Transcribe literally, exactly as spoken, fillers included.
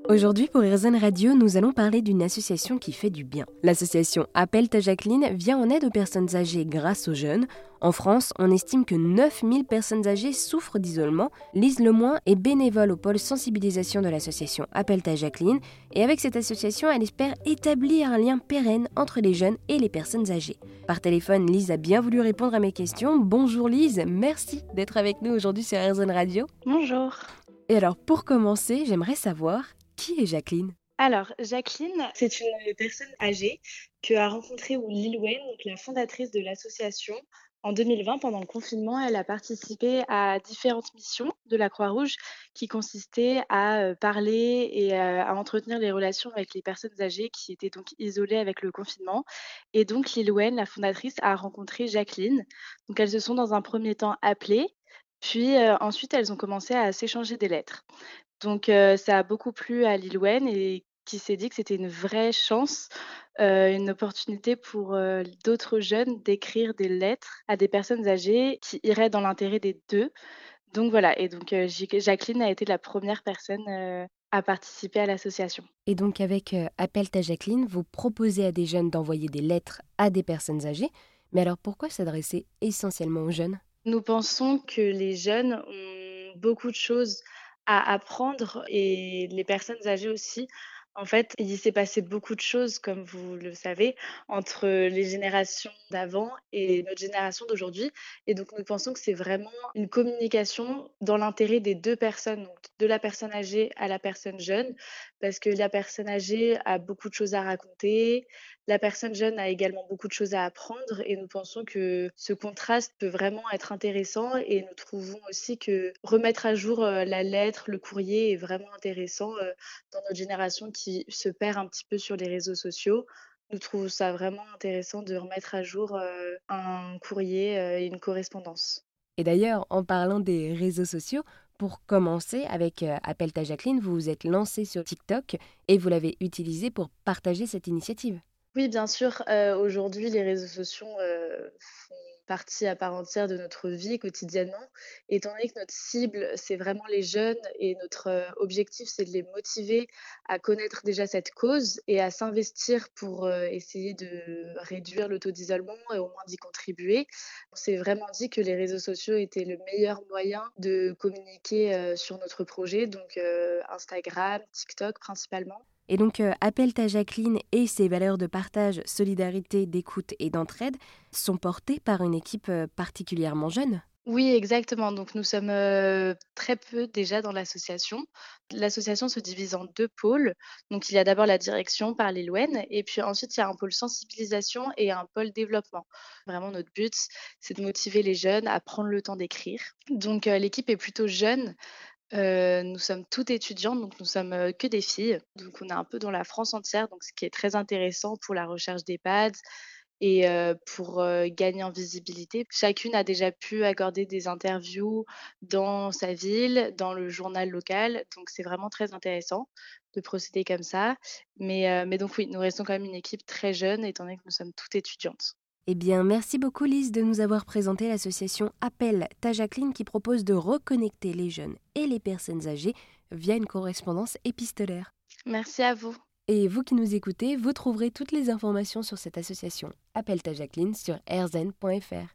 Aujourd'hui, pour AirZen Radio, nous allons parler d'une association qui fait du bien. L'association Appelle ta Jacqueline vient en aide aux personnes âgées grâce aux jeunes. En France, on estime que neuf mille personnes âgées souffrent d'isolement. Lise Lemoin est bénévole au pôle sensibilisation de l'association Appelle ta Jacqueline. Et avec cette association, elle espère établir un lien pérenne entre les jeunes et les personnes âgées. Par téléphone, Lise a bien voulu répondre à mes questions. Bonjour Lise, merci d'être avec nous aujourd'hui sur AirZen Radio. Bonjour. Et alors, pour commencer, j'aimerais savoir... Qui est Jacqueline ? Alors, Jacqueline, c'est une personne âgée que a rencontrée Lil Wayne, donc la fondatrice de l'association. En deux mille vingt, pendant le confinement, elle a participé à différentes missions de la Croix-Rouge qui consistaient à parler et à entretenir les relations avec les personnes âgées qui étaient donc isolées avec le confinement. Et donc, Lil Wayne, la fondatrice, a rencontré Jacqueline. Donc, elles se sont dans un premier temps appelées, puis euh, ensuite, elles ont commencé à s'échanger des lettres. Donc heu, ça a beaucoup plu à Lil Wayne et qui s'est dit que c'était une vraie chance, heu, une opportunité pour, heu, d'autres jeunes d'écrire des lettres à des personnes âgées qui iraient dans l'intérêt des deux. Donc voilà et donc heu, Jic Jacqueline a été la première personne, heu, à participer à l'association. Et donc avec euh, Appelle ta Jacqueline, vous proposez à des jeunes d'envoyer des lettres à des personnes âgées. Mais alors pourquoi s'adresser essentiellement aux jeunes ? Nous pensons que les jeunes ont beaucoup de choses à apprendre et les personnes âgées aussi. En fait, il s'est passé beaucoup de choses, comme vous le savez, entre les générations d'avant et notre génération d'aujourd'hui. Et donc, nous pensons que c'est vraiment une communication dans l'intérêt des deux personnes, donc de la personne âgée à la personne jeune, parce que la personne âgée a beaucoup de choses à raconter, la personne jeune a également beaucoup de choses à apprendre et nous pensons que ce contraste peut vraiment être intéressant et nous trouvons aussi que remettre à jour, heu, la lettre, le courrier est vraiment intéressant, heu, dans notre génération qui se perd un petit peu sur les réseaux sociaux. Nous trouvons ça vraiment intéressant de remettre à jour, heu, un courrier, heu, et une correspondance. Et d'ailleurs, en parlant des réseaux sociaux, pour commencer, avec euh, Appelle ta Jacqueline, vous vous êtes lancé sur TikTok et vous l'avez utilisé pour partager cette initiative. Oui, bien sûr, heu, aujourd'hui, les réseaux sociaux, heu, font partie à part entière de notre vie quotidiennement. Étant donné que notre cible, c'est vraiment les jeunes et notre, heu, objectif, c'est de les motiver à connaître déjà cette cause et à s'investir pour, heu, essayer de réduire le taux d'isolement et au moins d'y contribuer. On s'est vraiment dit que les réseaux sociaux étaient le meilleur moyen de communiquer, heu, sur notre projet, donc heu, Instagram, TikTok principalement. Et donc, euh, Appelle ta Jacqueline et ses valeurs de partage, solidarité, d'écoute et d'entraide sont portées par une équipe euh, particulièrement jeune. Oui, exactement. Donc nous sommes, heu, très peu déjà dans l'association. L'association se divise en deux pôles. Donc il y a d'abord la direction par les L O E N et puis ensuite il y a un pôle sensibilisation et un pôle développement. Vraiment notre but, c'est de motiver les jeunes à prendre le temps d'écrire. Donc heu, l'équipe est plutôt jeune. Heu, nous sommes toutes étudiantes, donc nous sommes, heu, que des filles. Donc on est un peu dans la France entière, donc ce qui est très intéressant pour la recherche d'EHPAD et heu, pour, heu, gagner en visibilité. Chacune a déjà pu accorder des interviews dans sa ville, dans le journal local, donc c'est vraiment très intéressant de procéder comme ça. Mais heu, mais donc oui, nous restons quand même une équipe très jeune étant donné que nous sommes toutes étudiantes. Eh bien, merci beaucoup Lise de nous avoir présenté l'association Appelle ta Jacqueline qui propose de reconnecter les jeunes et les personnes âgées via une correspondance épistolaire. Merci à vous. Et vous qui nous écoutez, vous trouverez toutes les informations sur cette association Appelle ta Jacqueline sur airzen point f r.